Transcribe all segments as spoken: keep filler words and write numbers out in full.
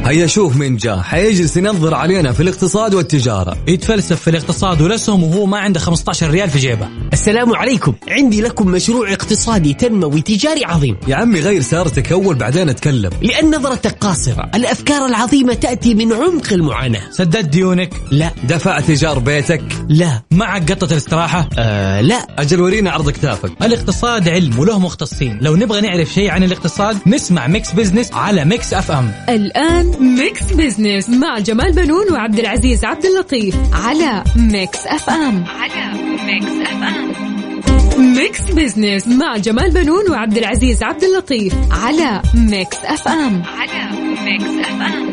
هيا شوف من جاء حيجلس ينظر علينا في الاقتصاد والتجارة، يتفلسف في الاقتصاد ولسهم وهو ما عنده خمسة عشر ريال في جيبه. السلام عليكم، عندي لكم مشروع اقتصادي تنموي تجاري عظيم. يا عمي غير سيارتك أول بعدين أتكلم. لأن نظرتك قاصرة، الأفكار العظيمة تأتي من عمق المعاناة. سددت ديونك؟ لا. دفعت إيجار بيتك؟ لا. معك قطة الاستراحة؟ آه لا. أجل ورينا عرض كتافك. الاقتصاد علم وله مختصين، لو نبغى نعرف شيء عن الاقتصاد نسمع ميكس بزنس على ميكس أف أم. الآن ميكس بزنس مع جمال بنون وعبد العزيز عبد اللطيف على ميكس أف أم. على ميكس أف أم. ميكس بزنس مع جمال بنون وعبد العزيز عبد اللطيف على ميكس أف أم. على ميكس أف أم.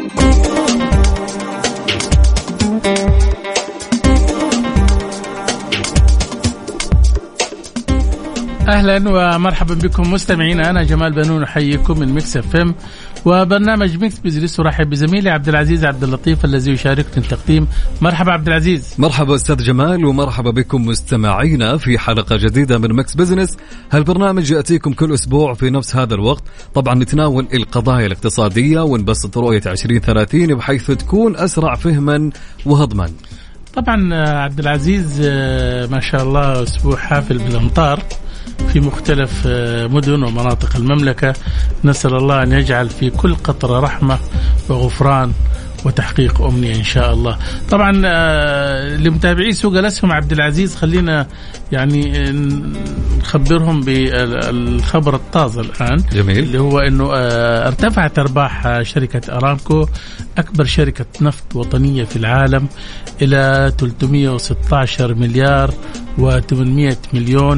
أهلا ومرحبا بكم مستمعينا، أنا جمال بنون أحييكم من ميكس اف ام وبرنامج ميكس بزنس، ورحب بزميلي عبد العزيز عبد اللطيف الذي يشاركني التقديم. مرحبا عبد العزيز. مرحبا أستاذ جمال، ومرحبا بكم مستمعينا في حلقة جديدة من ميكس بزنس. هالبرنامج يأتيكم كل أسبوع في نفس هذا الوقت، طبعا نتناول القضايا الاقتصادية ونبسط رؤية عشرين ثلاثين بحيث تكون أسرع فهما وهضما. طبعا عبد العزيز ما شاء الله أسبوع حافل بالأمطار في مختلف مدن ومناطق المملكة، نسأل الله أن يجعل في كل قطرة رحمة وغفران وتحقيق أمنية إن شاء الله. طبعا لمتابعي سوق الأسهم عبد العزيز خلينا يعني نخبرهم بالخبر الطازة الآن. جميل. اللي هو أنه ارتفعت أرباح شركة أرامكو أكبر شركة نفط وطنية في العالم إلى ثلاثمئة وستة عشر مليار وثمانمئة مليون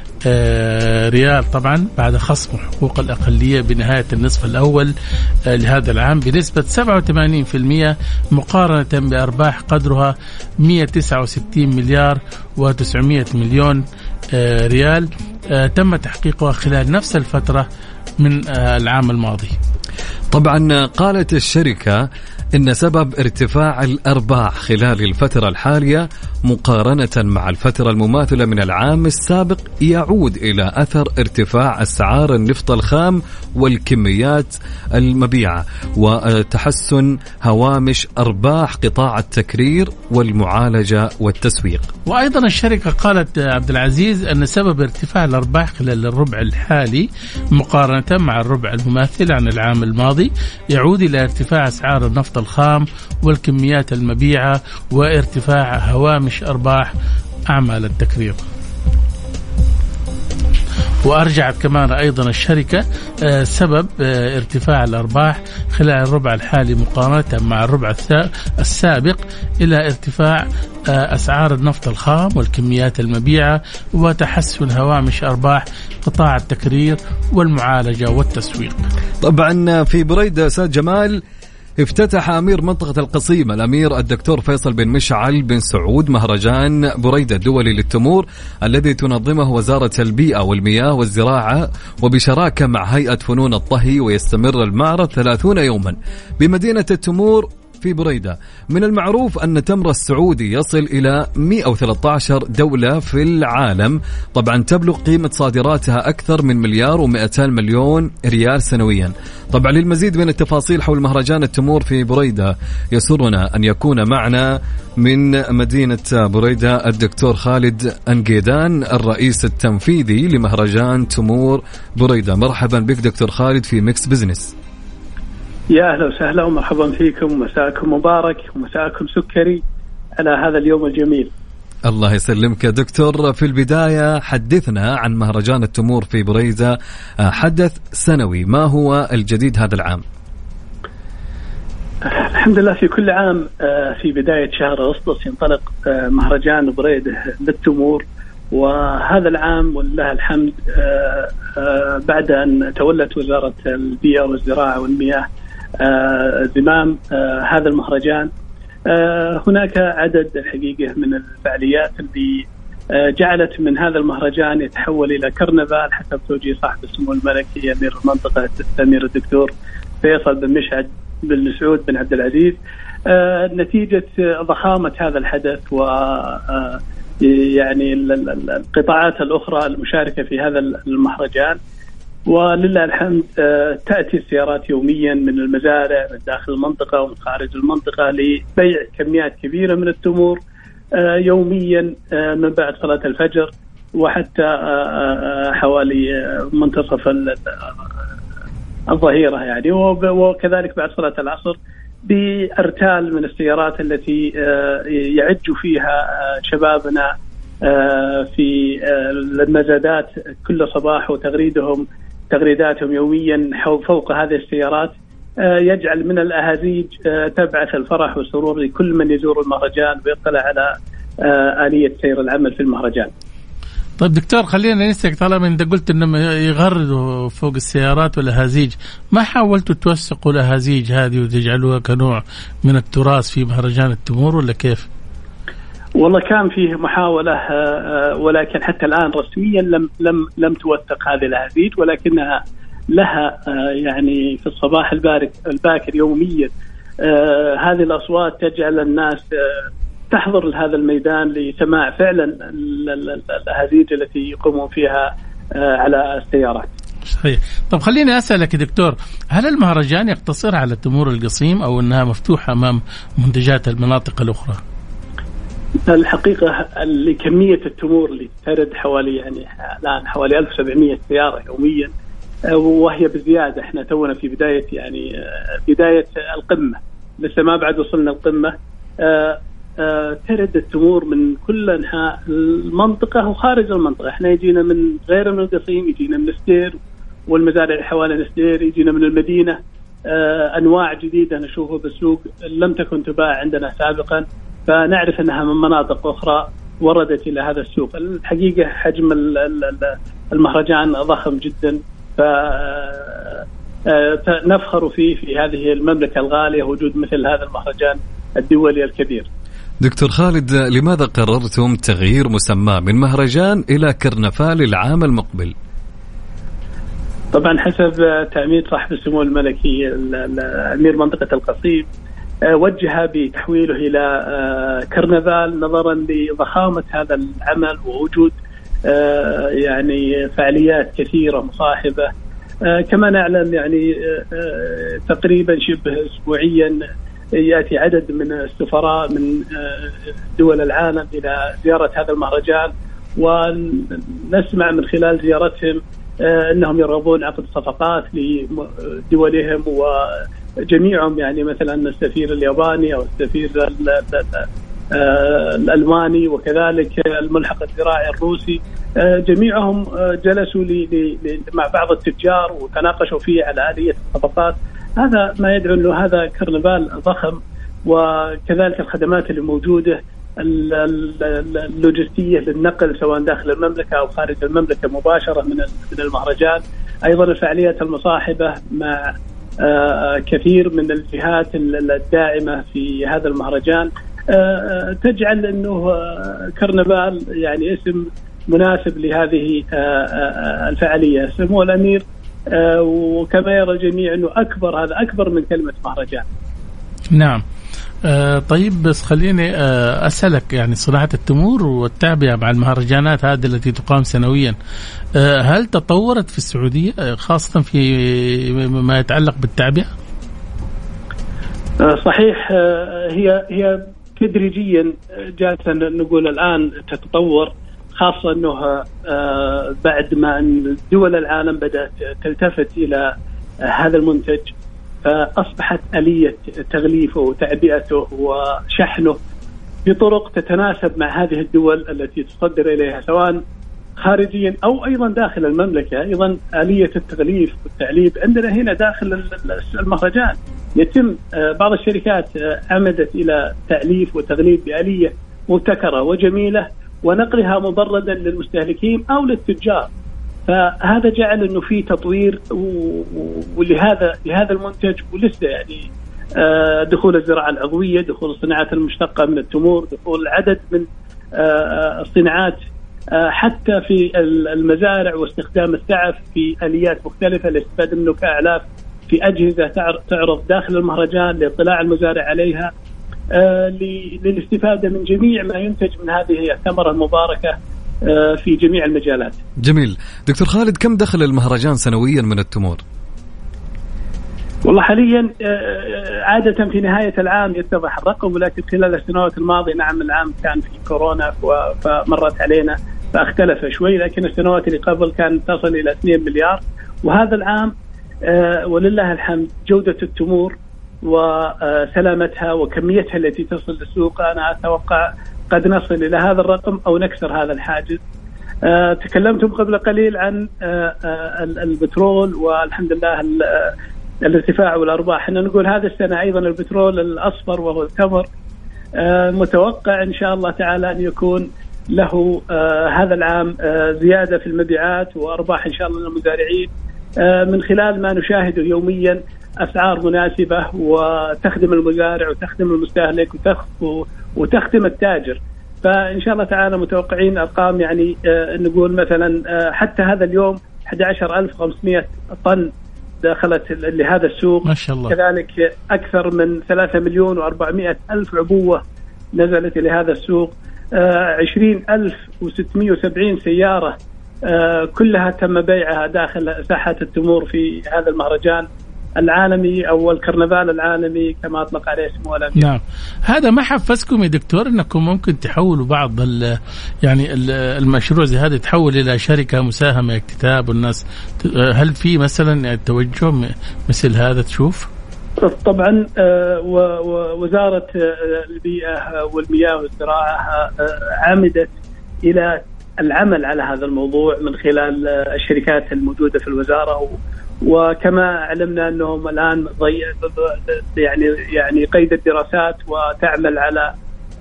ريال، طبعا بعد خصم حقوق الأقلية بنهاية النصف الأول لهذا العام بنسبة سبعة وثمانين بالمئة مقارنة بأرباح قدرها مئة وتسعة وستين مليار وتسعمئة مليون ريال تم تحقيقها خلال نفس الفترة من العام الماضي. طبعا قالت الشركة إن سبب ارتفاع الأرباح خلال الفترة الحالية مقارنة مع الفترة المماثلة من العام السابق يعود إلى أثر ارتفاع أسعار النفط الخام والكميات المبيعة وتحسن هوامش أرباح قطاع التكرير والمعالجة والتسويق. وأيضا الشركة قالت عبد العزيز أن سبب ارتفاع الأرباح خلال الربع الحالي مقارنة مع الربع المماثل عن العام الماضي يعود إلى ارتفاع أسعار النفط الخام والكميات المبيعة وارتفاع هوامش أرباح أعمال التكرير. وأرجعت كمان أيضا الشركة سبب ارتفاع الأرباح خلال الربع الحالي مقارنة مع الربع السابق إلى ارتفاع أسعار النفط الخام والكميات المبيعة وتحسن هوامش أرباح قطاع التكرير والمعالجة والتسويق. طبعا في بريدة أستاذ جمال افتتح أمير منطقة القصيمة الأمير الدكتور فيصل بن مشعل بن سعود مهرجان بريدة الدولي للتمور الذي تنظمه وزارة البيئة والمياه والزراعة وبشراكة مع هيئة فنون الطهي، ويستمر المعرض ثلاثين يوما بمدينة التمور في بريدة. من المعروف أن تمر السعودي يصل إلى مئة وثلاثة عشر دولة في العالم، طبعا تبلغ قيمة صادراتها أكثر من مليار ومئتين مليون ريال سنويا. طبعا للمزيد من التفاصيل حول مهرجان التمور في بريدة يسرنا أن يكون معنا من مدينة بريدة الدكتور خالد أنقيدان الرئيس التنفيذي لمهرجان تمور بريدة. مرحبا بك دكتور خالد في ميكس بزنس. يا أهلا وسهلا ومرحبا فيكم، مساءكم مبارك ومساءكم سكري على هذا اليوم الجميل. الله يسلمك دكتور. في البداية حدثنا عن مهرجان التمور في بريدة، حدث سنوي، ما هو الجديد هذا العام؟ الحمد لله في كل عام في بداية شهر أغسطس ينطلق مهرجان بريدة للتمور، وهذا العام ولله الحمد بعد أن تولت وزارة البيئة والزراعة والمياه زمام هذا المهرجان هناك عدد الحقيقة من الفعاليات اللي جعلت من هذا المهرجان يتحول إلى كرنفال حسب توجيه صاحب السمو الملكي أمير المنطقة الأمير الدكتور فيصل بن مشعل بن سعود بن عبد العزيز، نتيجة ضخامة هذا الحدث و يعني القطاعات الأخرى المشاركة في هذا المهرجان. ولله الحمد تأتي السيارات يوميا من المزارع من داخل المنطقة ومن خارج المنطقة لبيع كميات كبيرة من التمور يوميا من بعد صلاة الفجر وحتى حوالي منتصف الظهيرة يعني، وكذلك بعد صلاة العصر بأرتال من السيارات التي يعج فيها شبابنا في المزادات كل صباح وتغريدهم تغريداتهم يوميا فوق هذه السيارات يجعل من الأهازيج تبعث الفرح والسرور لكل من يزور المهرجان ويطلع على آلية سير العمل في المهرجان. طيب دكتور خلينا نسألك، طالما انت قلت انهم يغردوا فوق السيارات والأهازيج، ما حاولتوا توثقوا الأهازيج هذه وتجعلوها كنوع من التراث في مهرجان التمور ولا كيف؟ والله كان فيه محاولة ولكن حتى الآن رسميا لم لم لم توثق هذه الأهازيج، ولكنها لها يعني في الصباح الباكر يوميا هذه الأصوات تجعل الناس تحضر لهذا الميدان لسماع فعلا الأهازيج التي يقومون فيها على السيارات. صحيح. طب خليني أسألك دكتور، هل المهرجان يقتصر على التمور القصيم أو أنها مفتوحة أمام منتجات المناطق الأخرى؟ الحقيقة لكمية التمور اللي ترد حوالي يعني الآن حوالي ألف وسبعمائة سيارة يوميا، وهي بزيادة. احنا تونا في بداية يعني بداية القمة، لسه ما بعد وصلنا القمة. ترد التمور من كل أنحاء المنطقة وخارج المنطقة. احنا يجينا من غير من القصيم، يجينا من السدير والمزارع حوالين السدير، يجينا من المدينة أنواع جديدة نشوفها بالسوق لم تكن تباع عندنا سابقا، فنعرف أنها من مناطق أخرى وردت إلى هذا السوق. الحقيقة حجم المهرجان ضخم جدا، فنفخر فيه في هذه المملكة الغالية وجود مثل هذا المهرجان الدولي الكبير. دكتور خالد، لماذا قررتم تغيير مسمى من مهرجان إلى كرنفال العام المقبل؟ طبعا حسب تأمين صاحب السمو الملكي أمير منطقة القصيم وجه بتحويله إلى كرنفال نظرا لضخامة هذا العمل ووجود يعني فعاليات كثيرة مصاحبة. كما نعلم يعني تقريبا شبه أسبوعيا يأتي عدد من السفراء من دول العالم إلى زيارة هذا المهرجان، ونسمع من خلال زيارتهم أنهم يرغبون عقد صفقات لدولهم، وجميعهم يعني مثلا السفير الياباني أو السفير الألماني وكذلك الملحق الزراعي الروسي، جميعهم جلسوا مع بعض التجار وتناقشوا فيه على آلية الصفقات. هذا ما يدعو أنه هذا كرنفال ضخم، وكذلك الخدمات اللي موجودة اللوجستية للنقل سواء داخل المملكة أو خارج المملكة مباشرة من من المهرجان، أيضا الفعاليات المصاحبة مع كثير من الجهات الداعمة في هذا المهرجان تجعل أنه كرنفال يعني اسم مناسب لهذه الفعالية. سمو الأمير وكما يرى الجميع أنه أكبر، هذا أكبر من كلمة مهرجان. نعم. آه طيب بس خليني آه أسألك، يعني صناعة التمور والتعبئة مع المهرجانات هذه التي تقام سنويا، آه هل تطورت في السعودية خاصة في ما يتعلق بالتعبئة؟ آه صحيح. آه هي هي تدريجيا جالسة نقول الآن تتطور، خاصة أنه آه بعد ما أن دول العالم بدأت تلتفت إلى آه هذا المنتج، فأصبحت آلية تغليفه وتعبئته وشحنه بطرق تتناسب مع هذه الدول التي تصدر إليها سواء خارجيا أو أيضا داخل المملكة. أيضا آلية التغليف والتعليب عندنا هنا داخل المهرجان يتم، بعض الشركات عمدت إلى تعليف وتغليف بآلية مبتكرة وجميلة ونقلها مبردا للمستهلكين أو للتجار. فهذا جعل انه في تطوير ولهذا لهذا المنتج، ولسه يعني دخول الزراعه العضويه، دخول الصناعات المشتقه من التمور، دخول عدد من الصناعات حتى في المزارع واستخدام السعف في اليات مختلفه للاستفاده منه كاعلاف في اجهزه تعرض داخل المهرجان لاطلاع المزارع عليها، للاستفاده من جميع ما ينتج من هذه الثمره المباركه في جميع المجالات. جميل. دكتور خالد، كم دخل المهرجان سنويا من التمور؟ والله حاليا عادة في نهاية العام يتضح الرقم، ولكن خلال السنوات الماضية نعم العام كان في كورونا فمرت علينا فاختلف شوي، لكن السنوات اللي قبل كانت تصل إلى اثنين مليار. وهذا العام ولله الحمد جودة التمور وسلامتها وكميتها التي تصل للسوق أنا أتوقع قد نصل إلى هذا الرقم أو نكسر هذا الحاجز. أه تكلمتم قبل قليل عن أه أه البترول والحمد لله الارتفاع والأرباح. احنا نقول هذا السنة أيضا البترول الأصفر وهو التمر أه متوقع إن شاء الله تعالى أن يكون له أه هذا العام أه زيادة في المبيعات وأرباح إن شاء الله للمزارعين أه من خلال ما نشاهده يوميا، أسعار مناسبة وتخدم المزارع وتخدم المستهلك وتخدم التاجر. فإن شاء الله تعالى متوقعين أرقام يعني آه نقول مثلا آه حتى هذا اليوم أحد عشر ألف وخمسمائة طن دخلت لهذا السوق ما شاء الله. كذلك أكثر من ثلاثة مليون وأربعمائة ألف عبوة نزلت لهذا السوق، آه عشرين ألف وستمائة وسبعين سيارة آه كلها تم بيعها داخل ساحة التمور في هذا المهرجان العالمي أو الكرنفال العالمي كما أطلق عليه اسمه الأمير. نعم. هذا ما حفزكم يا دكتور أنكم ممكن تحولوا بعض ال يعني ال المشروع زي هذا تحول إلى شركة مساهمة اكتتاب والناس، هل في مثلا توجه مثل هذا تشوف؟ طبعا ووزارة البيئة والمياه والزراعة عمدت إلى العمل على هذا الموضوع من خلال الشركات الموجودة في الوزارة، وكما علمنا أنهم الآن يعني يعني قيد الدراسات وتعمل على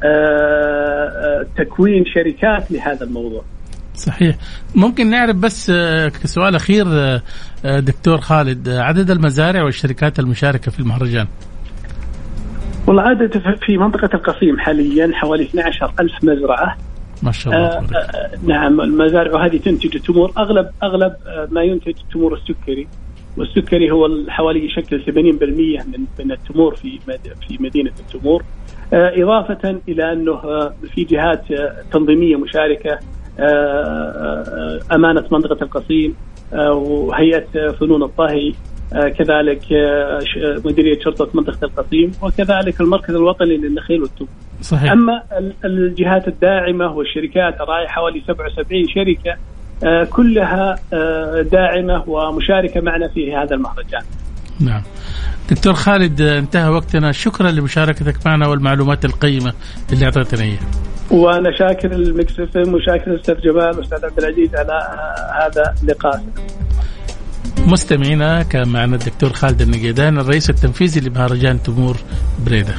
تكوين شركات لهذا الموضوع. صحيح. ممكن نعرف بس كسؤال أخير دكتور خالد، عدد المزارع والشركات المشاركة في المهرجان؟ والله عدد في منطقة القصيم حاليا حوالي اثني عشر ألف مزرعة ما شاء الله. آه نعم. المزارع وهذه تنتج التمور، أغلب أغلب ما ينتج التمور السكري، والسكري هو حوالي يشكل ثمانين بالمئة من من التمور في في مدينة التمور، آه إضافة إلى أنه في جهات تنظيمية مشاركة، آه أمانة منطقة القصيم آه وهيئة فنون الطهي، آه كذلك آه مديرية شرطة منطقة القصيم، وكذلك المركز الوطني للنخيل والتمور. صحيح. أما الجهات الداعمة والشركات رأي حوالي سبعة وسبعين شركة آه كلها آه داعمة ومشاركة معنا في هذا المهرجان. نعم. دكتور خالد انتهى وقتنا، شكرا لمشاركتك معنا والمعلومات القيمة اللي أعطيتنا إياها. وأنا شاكر الميكس اف ام وشاكر الأستاذ جمال والأستاذ عبد العزيز على آه هذا اللقاء. مستمعينا كان معنا الدكتور خالد النقيدان الرئيس التنفيذي لمهرجان تمور بريدة.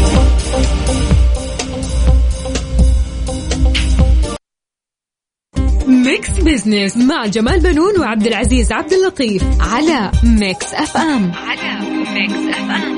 ميكس بزنس مع جمال بنون وعبد العزيز عبد اللطيف على ميكس اف ام. على ميكس اف ام.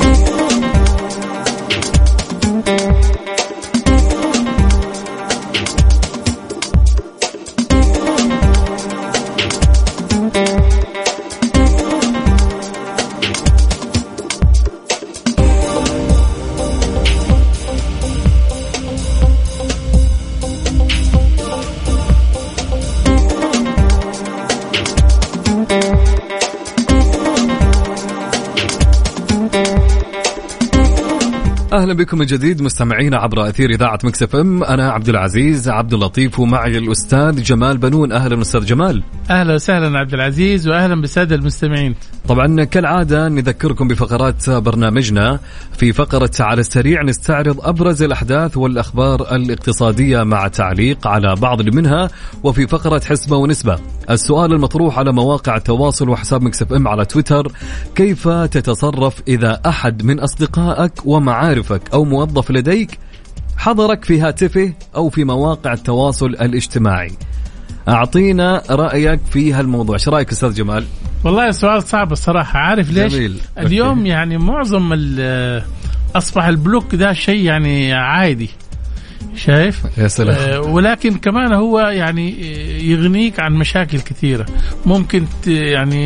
أهلا بكم من جديد مستمعينا عبر أثير إذاعة ميكس اف ام. أنا عبد العزيز عبد اللطيف ومعي الأستاذ جمال بنون. أهلا أستاذ جمال. أهلا وسهلا عبد العزيز وأهلا بالسادة المستمعين. طبعا كالعادة نذكركم بفقرات برنامجنا. في فقرة على السريع نستعرض أبرز الأحداث والأخبار الاقتصادية مع تعليق على بعض منها، وفي فقرة حسبة ونسبة السؤال المطروح على مواقع التواصل وحساب ميكس اف ام على تويتر: كيف تتصرف إذا أحد من أصدقائك ومعارفك أو موظف لديك حضرك في هاتفه أو في مواقع التواصل الاجتماعي؟ أعطينا رأيك في هالموضوع. شو رأيك أستاذ جمال؟ والله سؤال صعب الصراحة. عارف ليش؟ جميل. اليوم أوكي. يعني معظم أصبح البلوك ده شيء يعني عادي، شايف؟ يا سلام. آه ولكن كمان هو يعني يغنيك عن مشاكل كثيرة. ممكن يعني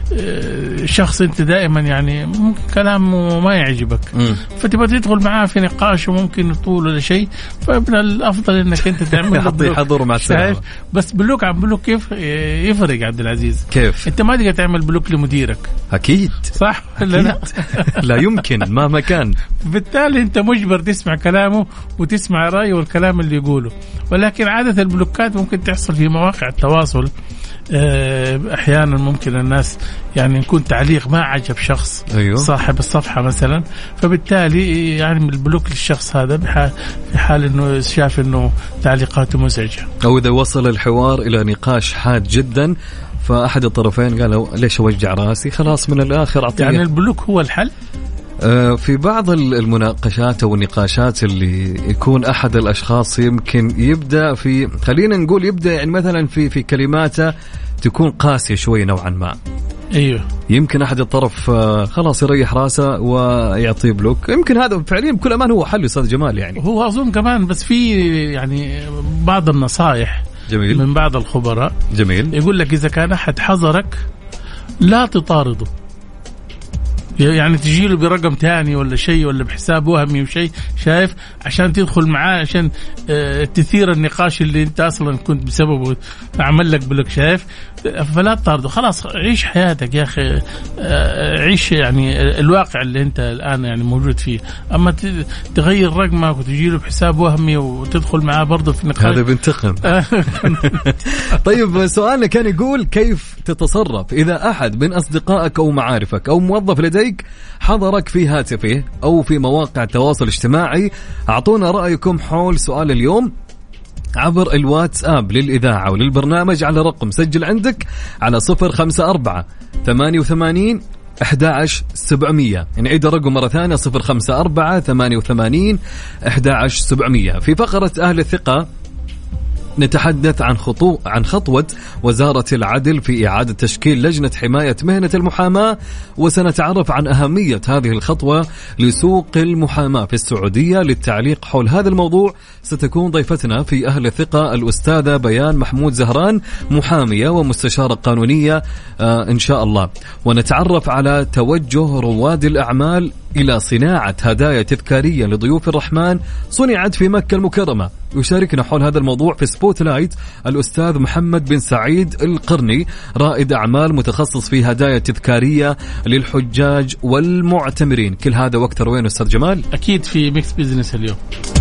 شخص انت دائما يعني ممكن كلامه ما يعجبك فتبغى تدخل معاه في نقاش وممكن طول ولا شيء، فمن الافضل انك انت تعمل حطي حضور مع السلامه. بس بلوك عن بلوك كيف يفرق عبد العزيز؟ كيف انت ما تقدر تعمل بلوك لمديرك؟ اكيد صح ولا لا؟ لا يمكن مهما كان. بالتالي انت مجبر تسمع كلامه وتسمع رايه والكلام اللي يقوله. ولكن عاده البلوكات ممكن تحصل في مواقع التواصل، احيانا ممكن الناس يعني يكون تعليق ما عجب شخص أيوه. صاحب الصفحه مثلا، فبالتالي يعني البلوك للشخص هذا في حال انه شاف انه تعليقاته مزعجه، او اذا وصل الحوار الى نقاش حاد جدا فاحد الطرفين قالوا ليش اوجع راسي، خلاص من الاخر اعطيه. يعني البلوك هو الحل. في بعض المناقشات أو النقاشات اللي يكون أحد الأشخاص يمكن يبدأ في، خلينا نقول يبدأ يعني مثلا في في كلماته تكون قاسية شوي نوعا ما. أيوه. يمكن أحد الطرف خلاص يريح راسه ويعطيه بلوك. يمكن هذا فعليا بكل أمان هو حل أستاذ جمال يعني. هو أظن كمان بس في يعني بعض النصائح جميل. من بعض الخبراء. جميل. يقول لك إذا كان أحد حذرك لا تطارده، يعني تجيله برقم تاني ولا شيء ولا بحساب وهمي وشيء شايف عشان تدخل معاه عشان اه تثير النقاش اللي انت اصلا كنت بسببه عمل لك بلوك شايف، فلا تطارده، خلاص عيش حياتك يا اخي، اه عيش يعني الواقع اللي انت الان يعني موجود فيه. اما تغير رقمك وتجيله بحساب وهمي وتدخل معاه برضه في نقاش، هذا بنتقم. طيب سؤالنا كان يقول كيف تتصرف اذا احد من اصدقائك او معارفك او موظف لديك حضرك في هاتفه أو في مواقع التواصل الاجتماعي؟ أعطونا رأيكم حول سؤال اليوم عبر الواتساب للإذاعة وللبرنامج على رقم سجل عندك على صفر خمسة أربعة ثمانية وثمانين أحد عشر سبعمية. نعيد الرقم مرة ثانية صفر خمسة أربعة ثمانية وثمانين أحد عشر سبعمية. في فقرة أهل الثقة نتحدث عن خطو عن خطوة وزارة العدل في إعادة تشكيل لجنة حماية مهنة المحاماة، وسنتعرف عن أهمية هذه الخطوة لسوق المحاماة في السعودية. للتعليق حول هذا الموضوع ستكون ضيفتنا في أهل الثقة الأستاذة بيان محمود زهران، محامية ومستشارة قانونية آه إن شاء الله، ونتعرف على توجه رواد الأعمال إلى صناعة هدايا تذكارية لضيوف الرحمن صنعت في مكة المكرمة. يشاركنا حول هذا الموضوع في سبوت لايت الأستاذ محمد بن سعيد القرني، رائد أعمال متخصص في هدايا تذكارية للحجاج والمعتمرين. كل هذا وأكثر وين أستاذ جمال؟ أكيد في ميكس بيزنس اليوم.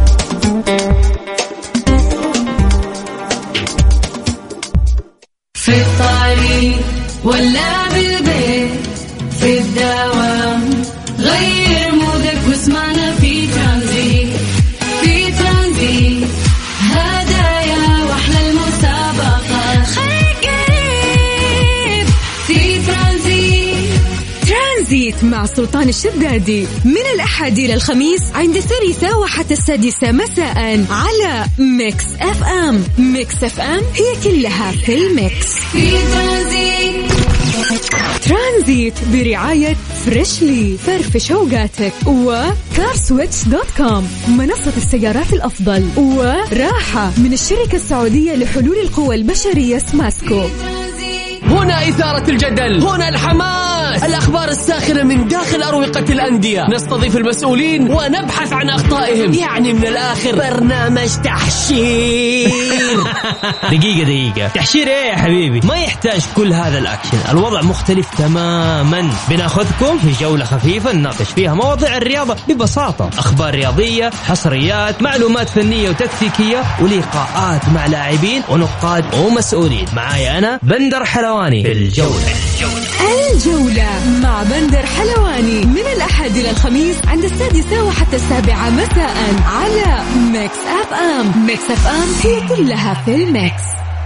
في الطريق ولا بالبيت في الدوام غير مودك واسمعنا في ترانزيت. في ترانزيت هدايا واحلى المسابقة خير قريب في ترانزيت. ترانزيت مع سلطان الشدادي من الأحد إلى الخميس عند الثالثة وحتى السادسة مساء على ميكس اف ام. ميكس اف ام هي كلها في الميكس. في ترانزيت. ترانزيت برعاية فريشلي فرفش اوقاتك، وكارسويتش دوت كوم منصة السيارات الأفضل، وراحة من الشركة السعودية لحلول القوى البشرية سماسكو. هنا إثارة الجدل، هنا الحماس، الأخبار الساخنة من داخل أروقة الأندية، نستضيف المسؤولين ونبحث عن أخطائهم، يعني من الآخر برنامج تحشير. دقيقة دقيقة، تحشير إيه يا حبيبي؟ ما يحتاج كل هذا الأكشن، الوضع مختلف تماما. بناخذكم في جولة خفيفة نناقش فيها مواضيع الرياضة ببساطة، أخبار رياضية، حصريات، معلومات فنية وتكتيكية، ولقاءات مع لاعبين ونقاد ومسؤولين. معايا أنا بندر حلواني في الجولة. الجولة مع بندر حلواني من الأحد إلى الخميس عند السادسة وحتى السابعة مساء على ميكس أف أم. ميكس أف أم هي كلها في الميكس.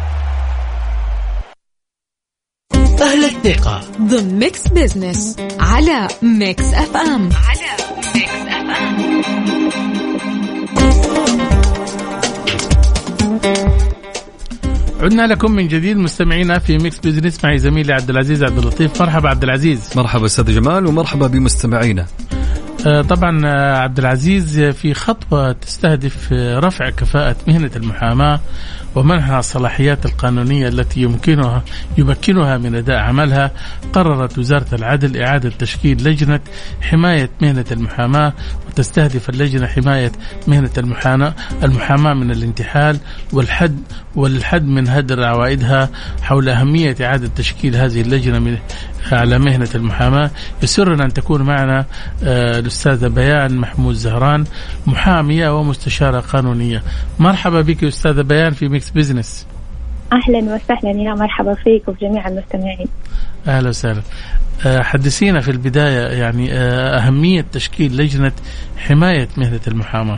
أهل الثقة ضمن ميكس بيزنس على ميكس أف أم. على ميكس أف أم. عدنا لكم من جديد مستمعينا في ميكس بيزنس معي زميلي عبد العزيز عبد اللطيف. مرحبا عبد العزيز. مرحبا أستاذ جمال ومرحبا بمستمعينا. طبعا عبد العزيز في خطوة تستهدف رفع كفاءة مهنة المحاماة ومنحها الصلاحيات القانونية التي يمكنها يمكنها من أداء عملها، قررت وزارة العدل إعادة تشكيل لجنة حماية مهنة المحاماة، وتستهدف اللجنة حماية مهنة المحاماة المحاماة من الانتحال والحد والحد من هدر عوائدها. حول أهمية إعادة تشكيل هذه اللجنة من على مهنة المحاماة يسرنا أن تكون معنا آه الأستاذة بيان محمود زهران، محامية ومستشارة قانونية. مرحبا بك أستاذة بيان في ميكس بيزنس. أهلا وسهلا، يا مرحبا فيك وجميع المستمعين. أهلا وسهلا. آه حدثينا في البداية يعني آه أهمية تشكيل لجنة حماية مهنة المحاماة.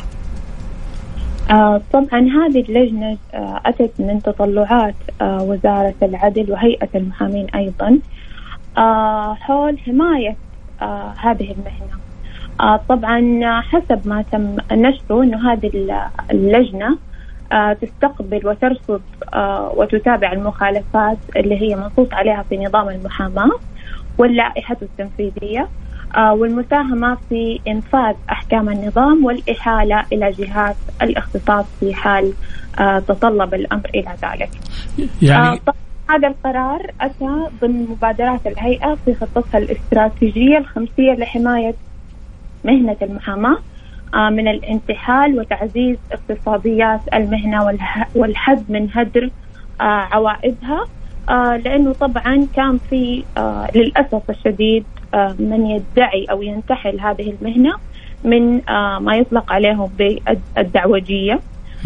آه طبعا هذه اللجنة آه أتت من تطلعات آه وزارة العدل وهيئة المحامين أيضا آه حول حماية آه هذه المهنة. آه طبعا حسب ما تم نشره أنه هذه اللجنة آه تستقبل وترصد آه وتتابع المخالفات اللي هي منصوص عليها في نظام المحاماة واللائحة التنفيذية آه والمساهمة في إنفاذ أحكام النظام والإحالة إلى جهات الاختصاص في حال آه تطلب الأمر إلى ذلك. يعني آه هذا القرار أتى ضمن مبادرات الهيئة في خطتها الاستراتيجية الخمسية لحماية مهنة المحاماة من الانتحال وتعزيز اقتصاديات المهنة والحد من هدر عوائدها، لأنه طبعا كان في للأسف الشديد من يدعي أو ينتحل هذه المهنة من ما يطلق عليهم بالدعوجية.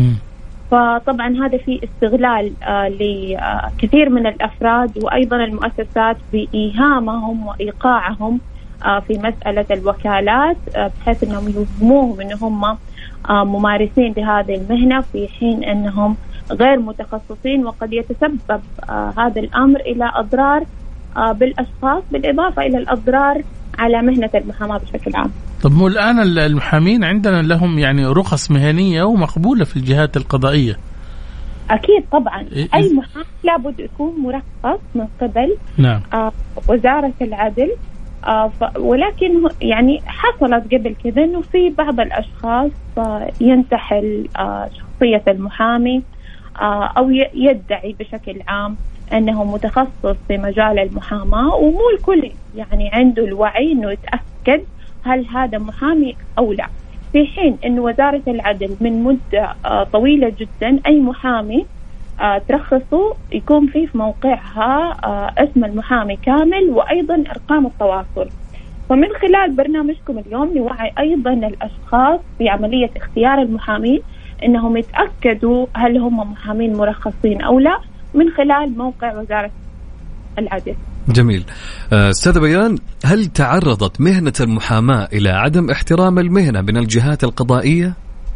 فطبعا هذا في استغلال لكثير من الأفراد وأيضا المؤسسات بإيهامهم وإيقاعهم في مسألة الوكالات بحيث أنهم يوهموهم أن هم ممارسين لهذه المهنة في حين أنهم غير متخصصين، وقد يتسبب هذا الأمر إلى أضرار بالأشخاص بالإضافة إلى الأضرار على مهنة المحاماة بشكل عام. طب مو الآن المحامين عندنا لهم يعني رخص مهنية ومقبولة في الجهات القضائية؟ أكيد طبعا. أي محامي لابد يكون مرخص من قبل نعم. وزارة العدل. آه ولكن يعني حصلت قبل كذا إنه في بعض الأشخاص آه ينتحل آه شخصية المحامي آه أو يدعي بشكل عام أنه متخصص في مجال المحاماة، ومو الكل يعني عنده الوعي إنه يتأكد هل هذا محامي أو لا، في حين إنه وزارة العدل من مدة آه طويلة جدا أي محامي آه ترخصوا يكون فيه في موقعها آه اسم المحامي كامل وأيضا أرقام التواصل. ومن خلال برنامجكم اليوم نوعي أيضا الأشخاص في عملية اختيار المحامين أنهم يتأكدوا هل هم محامين مرخصين أو لا من خلال موقع وزارة العدل. جميل. أستاذ بيان، هل تعرضت مهنة المحاماة إلى عدم احترام المهنة من الجهات القضائية؟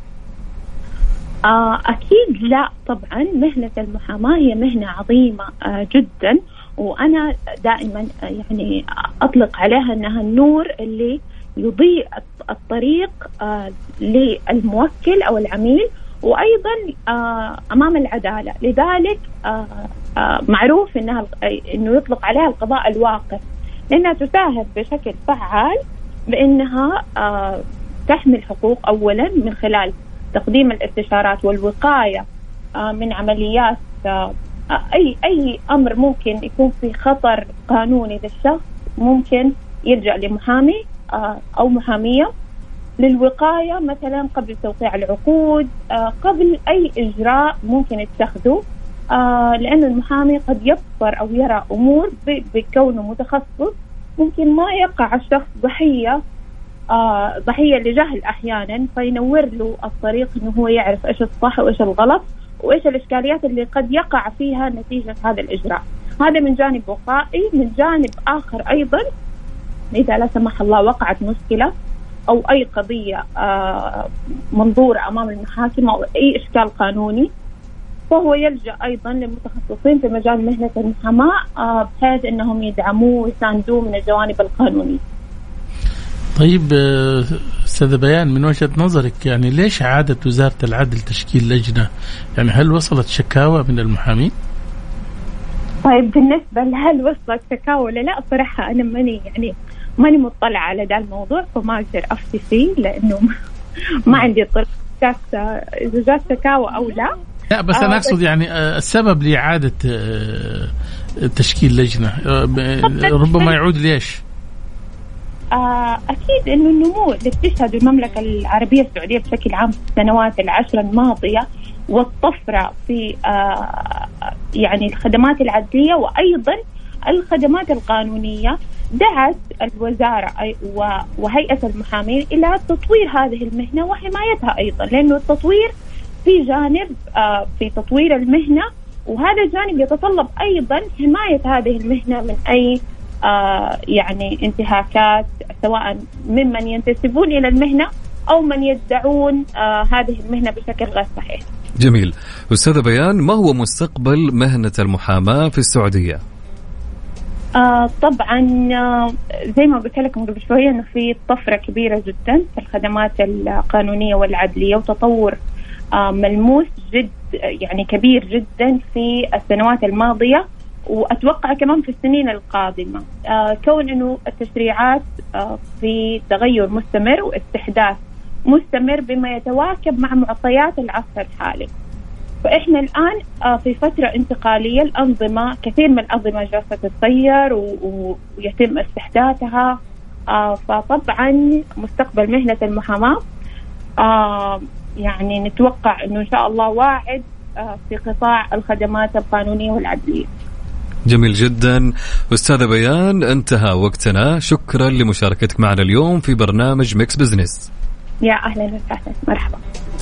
أكيد لا طبعا. مهنة المحاماة هي مهنة عظيمة جدا، وأنا دائما يعني أطلق عليها أنها النور اللي يضيء الطريق للموكل أو العميل وأيضا أمام العدالة. لذلك معروف أنها أنه يطلق عليها القضاء الواقف، لأنها تساهم بشكل فعال بأنها تحمي الحقوق أولا من خلال تقديم الاستشارات والوقاية من عمليات أي أي أمر ممكن يكون في خطر قانوني للشخص، ممكن يلجأ لمحامي أو محامية للوقاية مثلا قبل توقيع العقود، قبل أي إجراء ممكن يتخذه، لأن المحامي قد يبصر أو يرى أمور بكونه متخصص ممكن ما يقع الشخص ضحية آه ضحية لجهل أحيانا، فينور له الطريق إنه هو يعرف إيش الصح وإيش الغلط وإيش الإشكاليات اللي قد يقع فيها نتيجة هذا الإجراء. هذا من جانب وقائي. من جانب آخر أيضا إذا لا سمح الله وقعت مشكلة أو أي قضية آه منظورة أمام المحاكم أو أي إشكال قانوني، فهو يلجأ أيضا للمتخصصين في مجال مهنة المحاماة آه بحيث أنهم يدعموه ويساندوه من الجوانب القانونية. طيب أستاذ بيان، من وجهة نظرك يعني ليش عادت وزارة العدل تشكيل لجنة؟ يعني هل وصلت شكاوى من المحامين؟ طيب بالنسبة لهل وصلت شكاوى ولا لا، صراحة أنا ماني يعني ماني مطلع على ده الموضوع، فما أقدر أفتي فيه لأنه ما عندي اطلاع إذا جات شكاوى أو لا. لا بس أنا أقصد يعني السبب لإعادة تشكيل لجنة ربما يعود ليش؟ أكيد إنه النمو اللي بتشهد المملكة العربية السعودية بشكل عام في السنوات العشر الماضية والطفرة في يعني الخدمات العدلية وأيضا الخدمات القانونية دعت الوزارة وهيئة المحامين إلى تطوير هذه المهنة وحمايتها أيضا، لأنه التطوير في جانب في تطوير المهنة، وهذا الجانب يتطلب أيضا حماية هذه المهنة من أي يعني انتهاكات سواء ممن ينتسبون إلى المهنة أو من يدعون هذه المهنة بشكل غير صحيح. جميل. أستاذة بيان، ما هو مستقبل مهنة المحاماة في السعودية؟ آه طبعا آه زي ما قلت لكم قبل شوية أنه في طفرة كبيرة جدا في الخدمات القانونية والعدلية وتطور آه ملموس جد يعني كبير جدا في السنوات الماضية، وأتوقع كمان في السنين القادمة آه كون أنه التشريعات آه في تغير مستمر واستحداث مستمر بما يتواكب مع معطيات العصر الحالي. فإحنا الآن في فترة انتقالية، الأنظمة كثير من الأنظمة جالسة تتغير ويتم استحداثها، فطبعا مستقبل مهنة المحاماة يعني نتوقع إنه إن شاء الله واعد في قطاع الخدمات القانونية والعدلية. جميل جدا أستاذة بيان، انتهى وقتنا، شكرا لمشاركتك معنا اليوم في برنامج ميكس بزنس. يا أهلا وسهلا، مرحبا.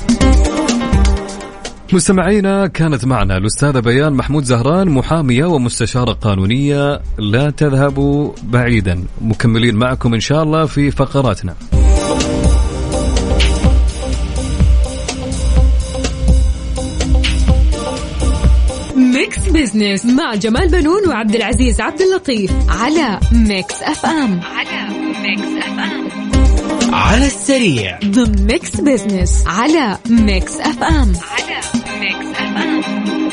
مستمعينا، كانت معنا الأستاذة بيان محمود زهران، محامية ومستشارة قانونية. لا تذهبوا بعيدا، مكملين معكم إن شاء الله في فقراتنا. ميكس بزنس مع جمال بنون وعبد العزيز عبد اللطيف على ميكس اف ام. على ميكس اف ام على السريع ضمن ميكس بزنس على ميكس اف ام. على ميكس اف ام.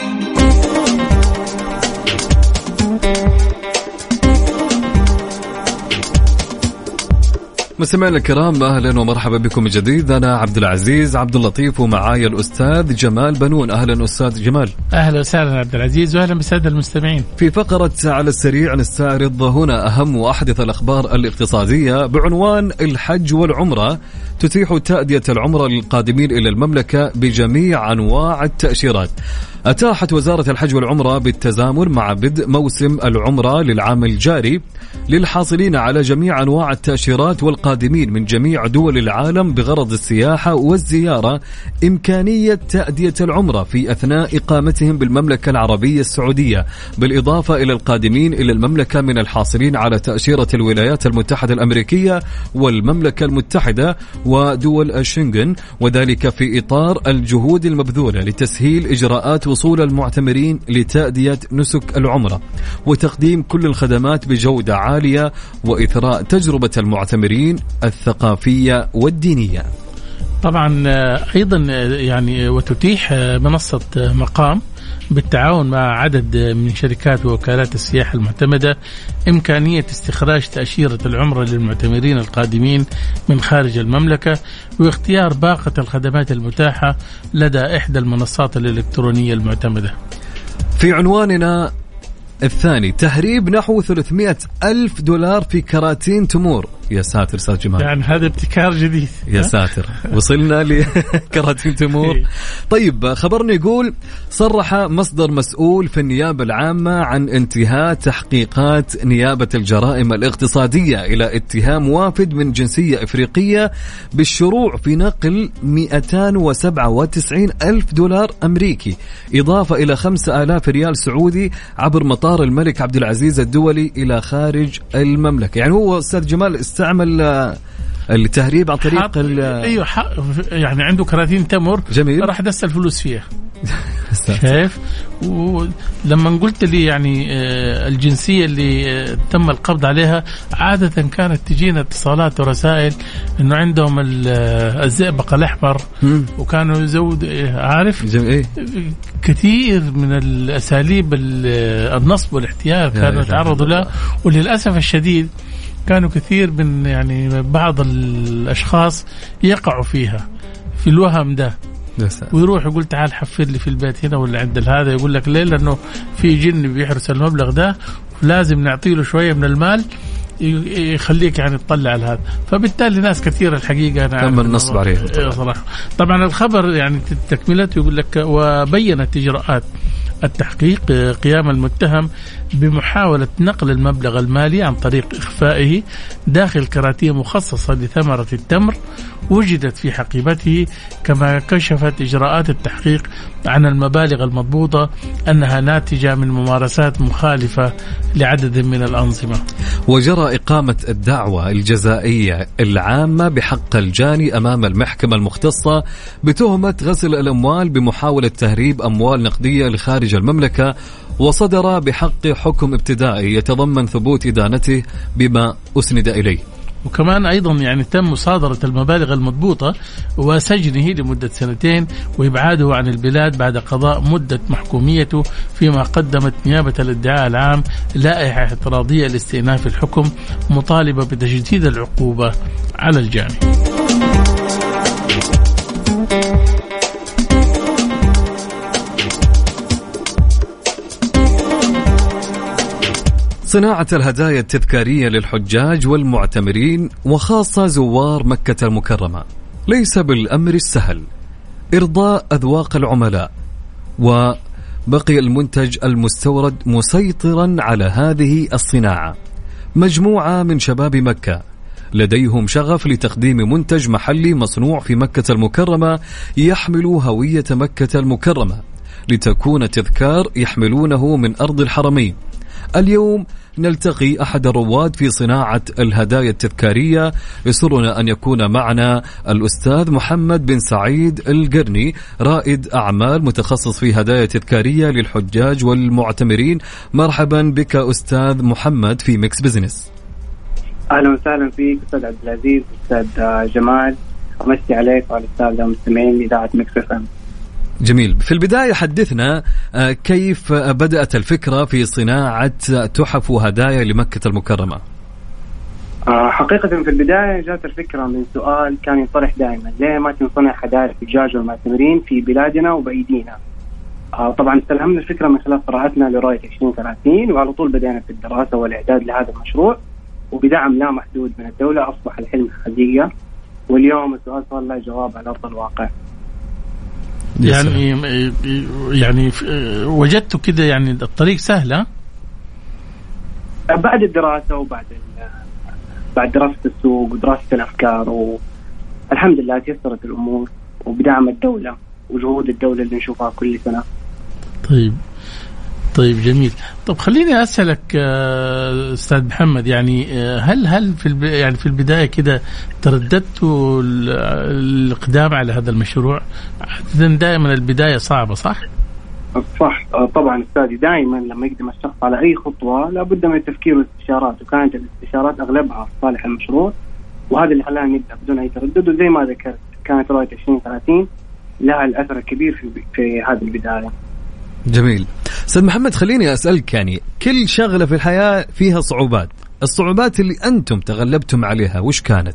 مستمعينا الكرام، اهلا ومرحبا بكم من جديد. انا عبد العزيز عبد اللطيف ومعايا الاستاذ جمال بنون. اهلا استاذ جمال. اهلا وسهلا عبد العزيز، واهلا بالساده المستمعين. في فقره على السريع نستعرض هنا اهم واحدث الاخبار الاقتصاديه بعنوان الحج والعمره. تتيح تأدية العمره للقادمين الى المملكه بجميع انواع التأشيرات. أتاحت وزارة الحج والعمرة بالتزامن مع بدء موسم العمرة للعام الجاري للحاصلين على جميع أنواع التأشيرات والقادمين من جميع دول العالم بغرض السياحة والزيارة إمكانية تأدية العمرة في أثناء إقامتهم بالمملكة العربية السعودية، بالإضافة إلى القادمين إلى المملكة من الحاصلين على تأشيرة الولايات المتحدة الأمريكية والمملكة المتحدة ودول الشنغن، وذلك في إطار الجهود المبذولة لتسهيل إجراءات وصول المعتمرين لتأدية نسك العمرة وتقديم كل الخدمات بجودة عالية وإثراء تجربة المعتمرين الثقافية والدينية. طبعا أيضا يعني وتتيح منصة مقام بالتعاون مع عدد من شركات ووكالات السياحة المعتمدة إمكانية استخراج تأشيرة العمرة للمعتمرين القادمين من خارج المملكة واختيار باقة الخدمات المتاحة لدى إحدى المنصات الإلكترونية المعتمدة. في عنواننا الثاني، تهريب نحو ثلاثمائة ألف دولار في كراتين تمور. يا ساتر أستاذ جمال، يعني هذا ابتكار جديد. يا ساتر، وصلنا لكراتين تمور. طيب، خبرنا يقول صرح مصدر مسؤول في النيابة العامة عن انتهاء تحقيقات نيابة الجرائم الاقتصادية إلى اتهام وافد من جنسية إفريقية بالشروع في نقل مئتين وسبعة وتسعين ألف دولار أمريكي إضافة إلى خمسة آلاف ريال سعودي عبر مطار الملك عبد العزيز الدولي إلى خارج المملكة. يعني هو أستاذ جمال استعمل التهريب عن طريق ايوه يعني عنده كراتين تمر، جميل، راح دس الفلوس فيها. شايف؟ ولما قلت لي يعني الجنسية اللي تم القبض عليها عادة كانت تجينا اتصالات ورسائل انه عندهم الزئبق الاحمر، وكانوا يزود عارف جميل. كثير من الاساليب النصب والاحتيال كانوا يتعرضوا له، وللاسف الشديد كانوا كثير من يعني بعض الاشخاص يقعوا فيها في الوهم ده. ويروح يقول تعال حفر لي في البيت هنا ولا عند هذا، يقول لك ليه؟ لأنه في جن بيحرس المبلغ ده لازم نعطيله شوية من المال يخليك يعني تطلع على هذا. فبالتالي ناس كثيرة الحقيقة تم النصب عليهم صراحة. طبعا الخبر يعني تكملته يقول لك وبينت إجراءات التحقيق قيام المتهم بمحاولة نقل المبلغ المالي عن طريق إخفائه داخل كراتين مخصصة لثمرة التمر وجدت في حقيبته، كما كشفت إجراءات التحقيق عن المبالغ المضبوطة أنها ناتجة من ممارسات مخالفة لعدد من الأنظمة. وجرى إقامة الدعوة الجزائية العامة بحق الجاني أمام المحكمة المختصة بتهمة غسل الأموال بمحاولة تهريب أموال نقدية لخارج المملكة، وصدر بحق حكم ابتدائي يتضمن ثبوت إدانته بما أسند إليه. وكمان أيضا يعني تم مصادرة المبالغ المضبوطة وسجنه لمدة سنتين وإبعاده عن البلاد بعد قضاء مدة محكوميته، فيما قدمت نيابة الادعاء العام لائحة اعتراضية لاستئناف الحكم مطالبة بتجديد العقوبة على الجاني. صناعة الهدايا التذكارية للحجاج والمعتمرين وخاصة زوار مكة المكرمة ليس بالأمر السهل إرضاء أذواق العملاء، وبقي المنتج المستورد مسيطرا على هذه الصناعة. مجموعة من شباب مكة لديهم شغف لتقديم منتج محلي مصنوع في مكة المكرمة يحمل هوية مكة المكرمة لتكون تذكار يحملونه من أرض الحرمين. اليوم نلتقي أحد الرواد في صناعة الهدايا التذكارية. يسرنا أن يكون معنا الأستاذ محمد بن سعيد القرني، رائد أعمال متخصص في هدايا تذكارية للحجاج والمعتمرين. مرحبا بك أستاذ محمد في ميكس بزنس. أهلا وسهلا فيك أستاذ عبد العزيز، أستاذ جمال، أمسي عليك وعلى السادة المستمعين لإذاعة ميكس اف ام. جميل. في البداية حدثنا كيف بدأت الفكرة في صناعة تحف وهدايا لمكة المكرمة؟ حقيقة في البداية جاءت الفكرة من سؤال كان ينطرح دائما، ليه ما تنصنع هدايا الحجاج والمعتمرين في بلادنا وبأيدينا؟ طبعا استلهمنا الفكرة من خلال قراءتنا لرؤية عشرين ثلاثين، وعلى طول بدأنا في الدراسة والإعداد لهذا المشروع، وبدعم لا محدود من الدولة أصبح الحلم حقيقة، واليوم السؤال صار له جواب على أرض الواقع. يعني يعني وجدت كده يعني الطريق سهلة بعد الدراسة وبعد بعد دراسة السوق ودراسة الأفكار، والحمد لله تيسرت الأمور وبدعم الدولة وجهود الدولة اللي نشوفها كل سنة. طيب طيب جميل. طب خليني أسألك أستاذ محمد، يعني هل هل في يعني في البداية كده ترددتوا الإقدام على هذا المشروع؟ دائما البداية صعبة صح؟ صح طبعا أستاذي، دائما لما يقدم الشخص على أي خطوة لابد من التفكير والاستشارات، وكانت الاستشارات أغلبها في صالح المشروع، وهذا اللي خلانا نبدأ بدون أي تردد. وزي ما ذكرت كانت رؤية عشرين ثلاثين لها الأثر الكبير في في هذه البداية. جميل. أستاذ محمد خليني أسألك، يعني كل شغلة في الحياة فيها صعوبات، الصعوبات اللي أنتم تغلبتم عليها وش كانت؟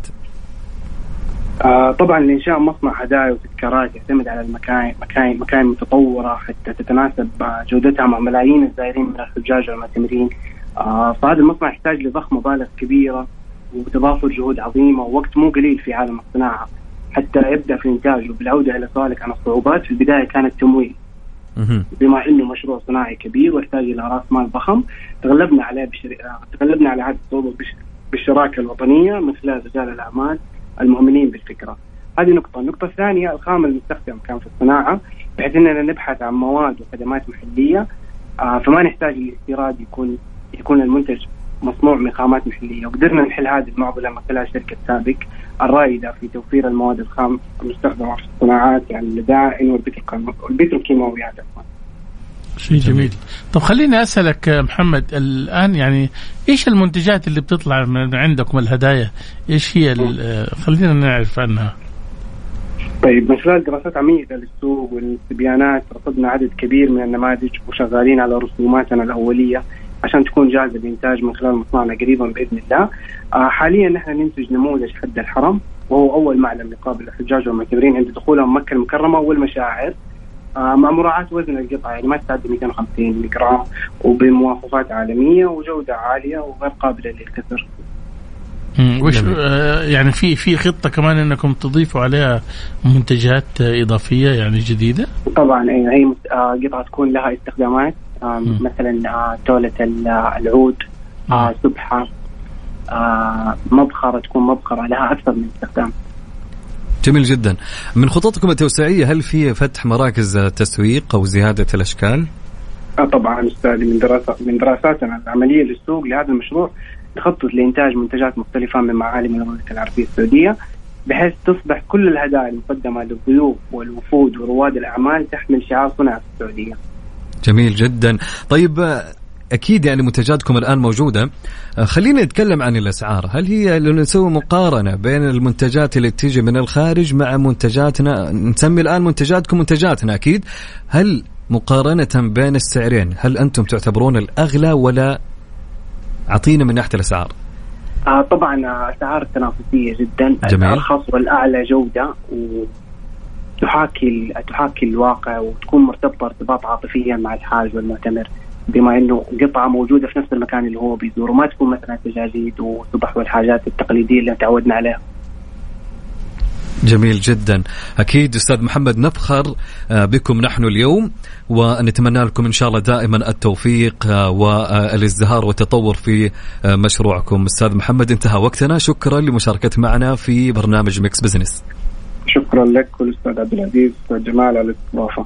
آه طبعا الإنشاء مصنع هدايا وتذكارات يعتمد على المكان مكان مكان متطورة حتى تتناسب جودتها مع ملايين الزائرين من الحجاج والمعتمرين. آه فهذا المصنع يحتاج لضخ مبالغ كبيرة وتضافر جهود عظيمة ووقت مو قليل في عالم الصناعة حتى يبدأ في إنتاج. وبالعودة إلى سؤالك عن الصعوبات، في البداية كانت تمويل، بما إنه مشروع صناعي كبير ويحتاج إلى رأس مال ضخم. تغلبنا عليه بشر... تغلبنا على هذه الصعوبة بش... بالشراكة الوطنية من خلال رجال الأعمال المؤمنين بالفكرة. هذه نقطة. النقطة الثانية الخام المستخدم كان في الصناعة، بحيث إننا نبحث عن مواد وخدمات محلية، آه فما نحتاج للاستيراد، يكون يكون المنتج مصنوع من خامات محلية. وقدرنا نحل هذه المعضلة من خلال شركة سابك الرائدة في توفير المواد الخام المستخدمة في الصناعات، يعني الدائن والبتروكيماويات. شيء جميل. طب خليني أسألك محمد الآن، يعني إيش المنتجات اللي بتطلع من عندكم الهدايا؟ إيش هي؟ خلينا نعرف عنها. طيب من خلال دراسات عميقة للسوق والاستبيانات رصدنا عدد كبير من النماذج وشغالين على رسوماتنا الأولية عشان تكون جاهزة للإنتاج من خلال مصنعنا قريبا بإذن الله. آه حاليا نحن ننتج نموذج حد الحرم وهو أول معلم يقابل الحجاج والمعتمرين عند دخولهم مكة المكرمة والمشاعر، مع مراعاة وزن القطعة يعني ما تتعدى مئتين وخمسين جرام، وبمواصفات عالمية وجودة عالية وغير قابلة للكسر. وش آه يعني في في خطة كمان انكم تضيفوا عليها منتجات اضافية يعني جديدة؟ طبعا هي قطعة تكون لها استخدامات، آه مثلا آه تولة العود، آه سبحة، آه مبخرة تكون مبخرة لها أكثر من استخدام. جميل جدا. من خططكم التوسعية هل في فتح مراكز تسويق أو زيادة الأشكال؟ آه طبعا أستاذ، من دراسة من دراساتنا العملية للسوق لهذا المشروع نخطط لإنتاج منتجات مختلفة من معالم المملكة العربية السعودية، بحيث تصبح كل الهدايا المقدمة للضيوف والوفود ورواد الأعمال تحمل شعار صنع في السعودية. جميل جدا. طيب أكيد يعني منتجاتكم الآن موجودة، خلينا نتكلم عن الأسعار. هل هي لو نسوي مقارنة بين المنتجات اللي تيجي من الخارج مع منتجاتنا، نسمي الآن منتجاتكم منتجاتنا أكيد، هل مقارنة بين السعرين هل أنتم تعتبرون الأغلى ولا عطينا من ناحية الأسعار؟ آه طبعا أسعار تنافسية جدا، الأرخص والأعلى جودة، وتحاكي تحاكي الواقع وتكون مرتبطة ارتباط عاطفيا مع الحاج والمعتمر، بما إنه قطعة موجودة في نفس المكان اللي هو بيزوره، ما تكون مثلا تجاجيد وصبح والحاجات التقليدية اللي تعودنا عليها. جميل جدا. أكيد أستاذ محمد نفخر بكم نحن اليوم، ونتمنى لكم إن شاء الله دائما التوفيق والازدهار والتطور في مشروعكم. أستاذ محمد انتهى وقتنا، شكرا لمشاركة معنا في برنامج ميكس بزنس. شكرا لك والأستاذ عبد العزيز والأستاذ جمال على الاستضافة.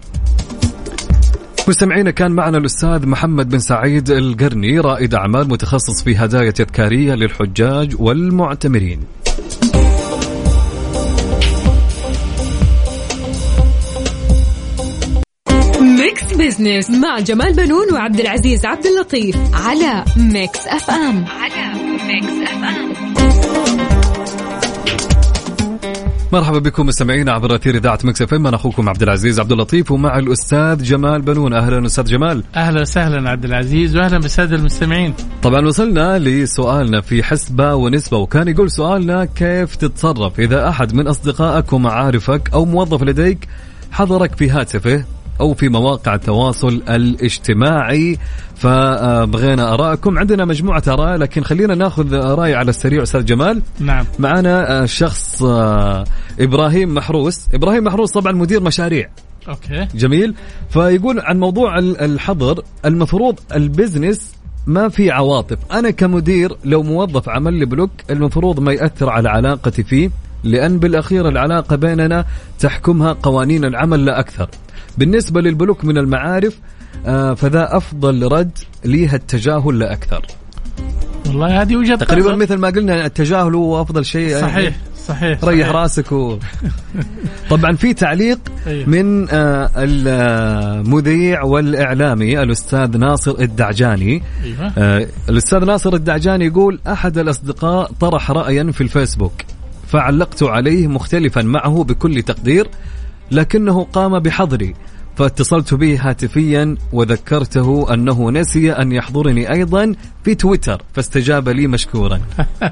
مستمعينا كان معنا الأستاذ محمد بن سعيد القرني، رائد أعمال متخصص في هدايا تذكارية للحجاج والمعتمرين. ميكس بزنس مع جمال بنون وعبد العزيز عبد اللطيف على ميكس اف ام. على ميكس اف ام. مرحبا بكم مستمعينا عبر أثير إذاعة ميكس اف ام، أنا أخوكم عبد العزيز عبد اللطيف ومع الأستاذ جمال بنون. أهلا أستاذ جمال. أهلا وسهلا عبد العزيز، وأهلا بالسادة المستمعين. طبعا وصلنا لسؤالنا في حسبة ونسبة، وكان يقول سؤالنا كيف تتصرف إذا أحد من أصدقائك ومعارفك أو موظف لديك حضرك في هاتفه أو في مواقع التواصل الاجتماعي، فبغينا آراءكم. عندنا مجموعة آراء لكن خلينا ناخذ رأي على السريع. أستاذ جمال. نعم. معنا شخص إبراهيم محروس. إبراهيم محروس طبعا مدير مشاريع. أوكي. جميل. فيقول عن موضوع الحظر، المفروض البزنس ما في عواطف. أنا كمدير لو موظف عمل لي بلوك المفروض ما يأثر على علاقتي فيه، لأن بالأخير العلاقة بيننا تحكمها قوانين العمل لا أكثر. بالنسبة للبلوك من المعارف آه فذا أفضل رد ليها التجاهل لا أكثر. والله هذه وجهة تقريبا مثل ما قلنا التجاهل هو أفضل شيء. صحيح يعني صحيح ريح صحيح. راسك و... طبعا في تعليق من آه المذيع والإعلامي الأستاذ ناصر الدعجاني. آه الأستاذ ناصر الدعجاني يقول أحد الأصدقاء طرح رأيا في الفيسبوك فعلقت عليه مختلفا معه بكل تقدير، لكنه قام بحظري، فاتصلت به هاتفيا وذكرته أنه نسي أن يحضرني أيضا في تويتر فاستجاب لي مشكورا.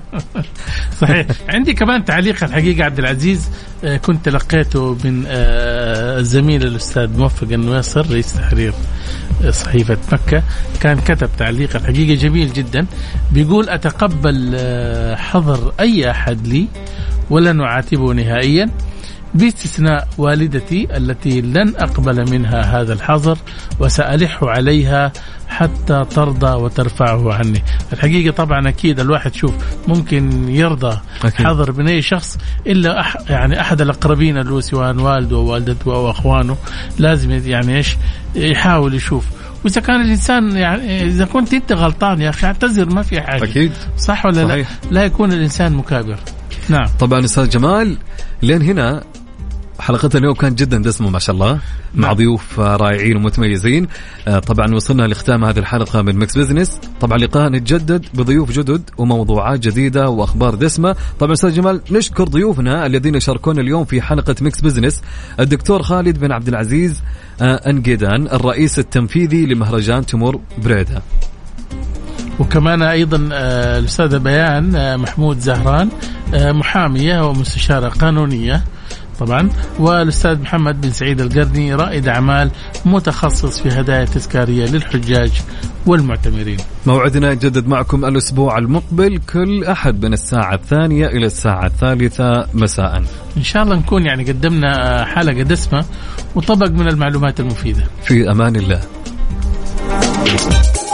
صحيح. عندي كمان تعليق الحقيقة عبد العزيز كنت لقيته من الزميل الأستاذ موفق النويصر رئيس تحرير صحيفة مكة، كان كتب تعليق الحقيقة جميل جدا، بيقول أتقبل حظر أي أحد لي ولا نعاتبه نهائيا باستثناء والدتي التي لن أقبل منها هذا الحظر وسألح عليها حتى ترضى وترفعه عني. الحقيقة طبعا أكيد الواحد شوف ممكن يرضى أكيد. حظر من أي شخص إلا أح يعني أحد الأقربين له سواء والده ووالدته أو أخوانه، لازم يعني إيش يحاول يشوف، وإذا كان الإنسان يعني إذا كنت أنت غلطان يا أخي اعتذر ما في حاجة. أكيد. صح ولا صحيح. لا لا يكون الإنسان مكابر. نعم. طبعا أستاذ جمال لين هنا حلقتنا اليوم كانت جدا دسمة ما شاء الله مع ضيوف رائعين ومتميزين. طبعا وصلنا لختام هذه الحلقة من ميكس بزنس. طبعا لقاء نتجدد بضيوف جدد وموضوعات جديدة وأخبار دسمة. طبعا أستاذ جمال نشكر ضيوفنا الذين شاركونا اليوم في حلقة ميكس بزنس، الدكتور خالد بن عبد العزيز أنقيدان الرئيس التنفيذي لمهرجان تمور بريدة. وكمان أيضا الأستاذة بيان محمود زهران محامية ومستشارة قانونية طبعا، والأستاذ محمد بن سعيد القرني رائد أعمال متخصص في هدايا تذكارية للحجاج والمعتمرين. موعدنا يجدد معكم الأسبوع المقبل كل أحد من الساعة الثانية إلى الساعة الثالثة مساء. إن شاء الله نكون يعني قدمنا حلقة دسمة وطبق من المعلومات المفيدة. في أمان الله.